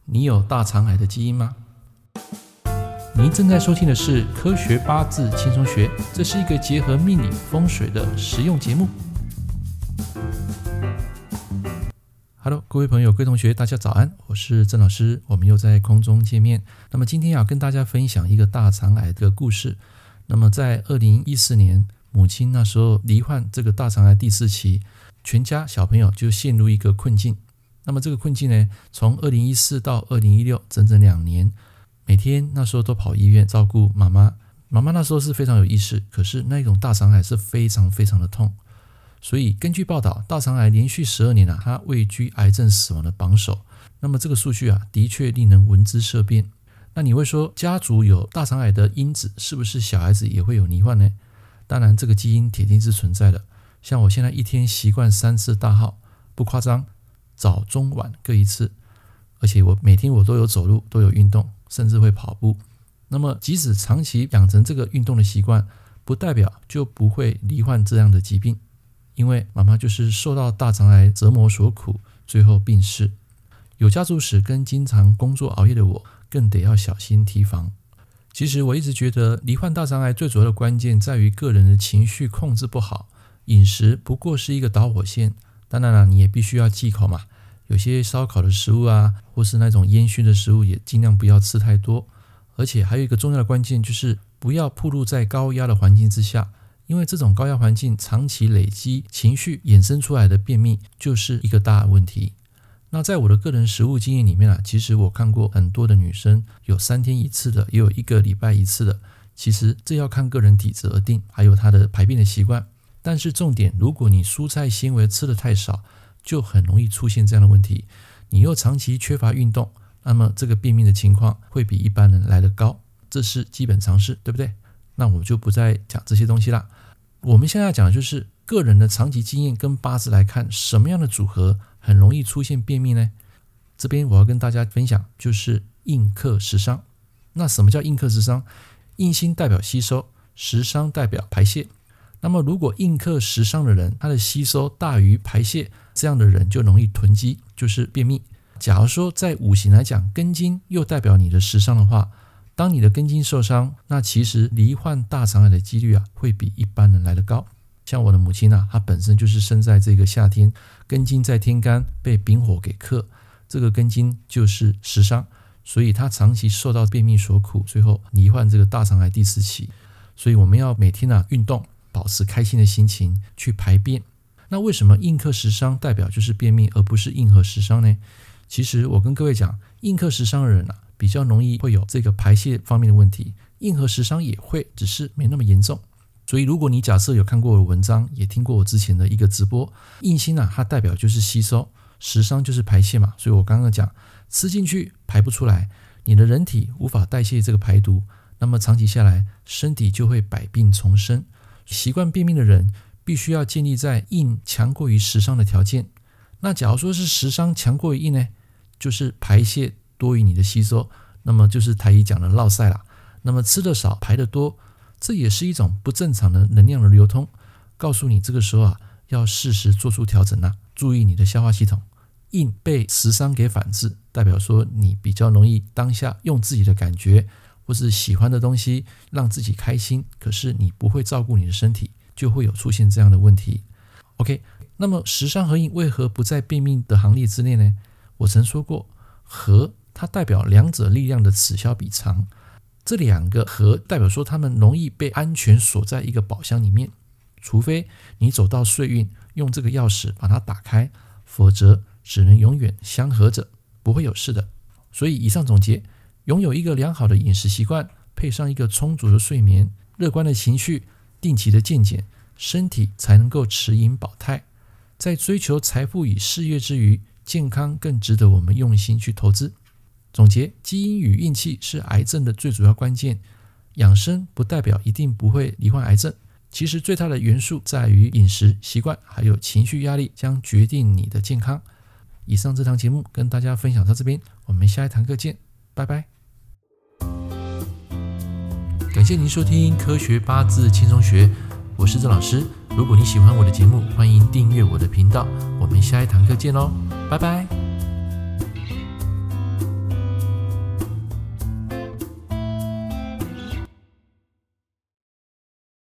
你有大肠癌的基因吗？您正在收听的是科学八字轻松学，这是一个结合命理风水的实用节目。Hello， 各位朋友、各位同学，大家早安，我是郑老师，我们又在空中见面。那么今天要跟大家分享一个大肠癌的故事。那么在2014年，母亲那时候罹患这个大肠癌第4期，全家小朋友就陷入一个困境。那么这个困境呢，从2014到2016整整2年，每天那时候都跑医院照顾妈妈。妈妈那时候是非常有意识，可是那种大肠癌是非常非常的痛。所以根据报道，大肠癌连续12年它位居癌症死亡的榜首。那么这个数据的确令人闻之色变。那你会说，家族有大肠癌的因子，是不是小孩子也会有罹患呢？当然这个基因铁定是存在的。像我现在一天习惯3次大号，不夸张，早中晚各1次。而且每天我都有走路，都有运动，甚至会跑步。那么即使长期养成这个运动的习惯，不代表就不会罹患这样的疾病。因为妈妈就是受到大肠癌折磨所苦，最后病逝。有家族史跟经常工作熬夜的我，更得要小心提防。其实我一直觉得，罹患大肠癌最主要的关键在于个人的情绪控制不好，饮食不过是一个导火线。当然了，你也必须要忌口嘛，有些烧烤的食物或是那种烟熏的食物也尽量不要吃太多。而且还有一个重要的关键，就是不要暴露在高压的环境之下。因为这种高压环境长期累积情绪衍生出来的便秘就是一个大问题。那在我的个人实务经验里面其实我看过很多的女生，有3天1次的，也有1个礼拜1次的。其实这要看个人体质而定，还有她的排便的习惯。但是重点，如果你蔬菜纤维吃得太少，就很容易出现这样的问题。你又长期缺乏运动，那么这个便秘的情况会比一般人来得高，这是基本常识，对不对？那我就不再讲这些东西啦。我们现在要讲的就是个人的长期经验跟八字来看，什么样的组合很容易出现便秘呢？这边我要跟大家分享，就是印克食伤。那什么叫印克食伤？印星代表吸收，食伤代表排泄。那么如果印克食伤的人，他的吸收大于排泄，这样的人就容易囤积，就是便秘。假如说在五行来讲，庚金又代表你的食伤的话，当你的根茎受伤，那其实罹患大肠癌的几率会比一般人来得高。像我的母亲她本身就是生在这个夏天，根茎在天干被丙火给克，这个根茎就是食伤，所以她长期受到便秘所苦，最后罹患这个大肠癌第4期。所以我们要每天运动，保持开心的心情去排便。那为什么印克食伤代表就是便秘，而不是印合食伤呢？其实我跟各位讲，印克食伤的人比较容易会有这个排泄方面的问题，印合食伤也会，只是没那么严重。所以如果你假设有看过我的文章，也听过我之前的一个直播，印星它代表就是吸收，食伤就是排泄嘛。所以我刚刚讲，吃进去排不出来，你的人体无法代谢这个排毒，那么长期下来身体就会百病丛生。习惯便秘的人必须要建立在印强过于食伤的条件。那假如说是食伤强过于印呢，就是排泄多于你的吸收，那么就是台语讲的落塞啦。那么吃得少排得多，这也是一种不正常的能量的流通，告诉你这个时候要适时做出调整注意你的消化系统。印被食伤给反制，代表说你比较容易当下用自己的感觉或是喜欢的东西让自己开心，可是你不会照顾你的身体，就会有出现这样的问题。 OK， 那么食伤合印为何不在便秘的行列之内呢？我曾说过，合它代表两者力量的此消彼长，这2个合代表说他们容易被安全锁在一个宝箱里面，除非你走到岁运，用这个钥匙把它打开，否则只能永远相合着，不会有事的。所以以上总结，拥有一个良好的饮食习惯，配上一个充足的睡眠，乐观的情绪，定期的健检，身体才能够持盈保泰。在追求财富与事业之余，健康更值得我们用心去投资。总结，基因与运气是癌症的最主要关键，养生不代表一定不会罹患癌症，其实最大的元素在于饮食习惯，还有情绪压力将决定你的健康。以上这堂节目跟大家分享到这边，我们下一堂课见，拜拜。感谢您收听科学八字轻松学，我是郑老师。如果你喜欢我的节目，欢迎订阅我的频道，我们下一堂课见咯，拜拜。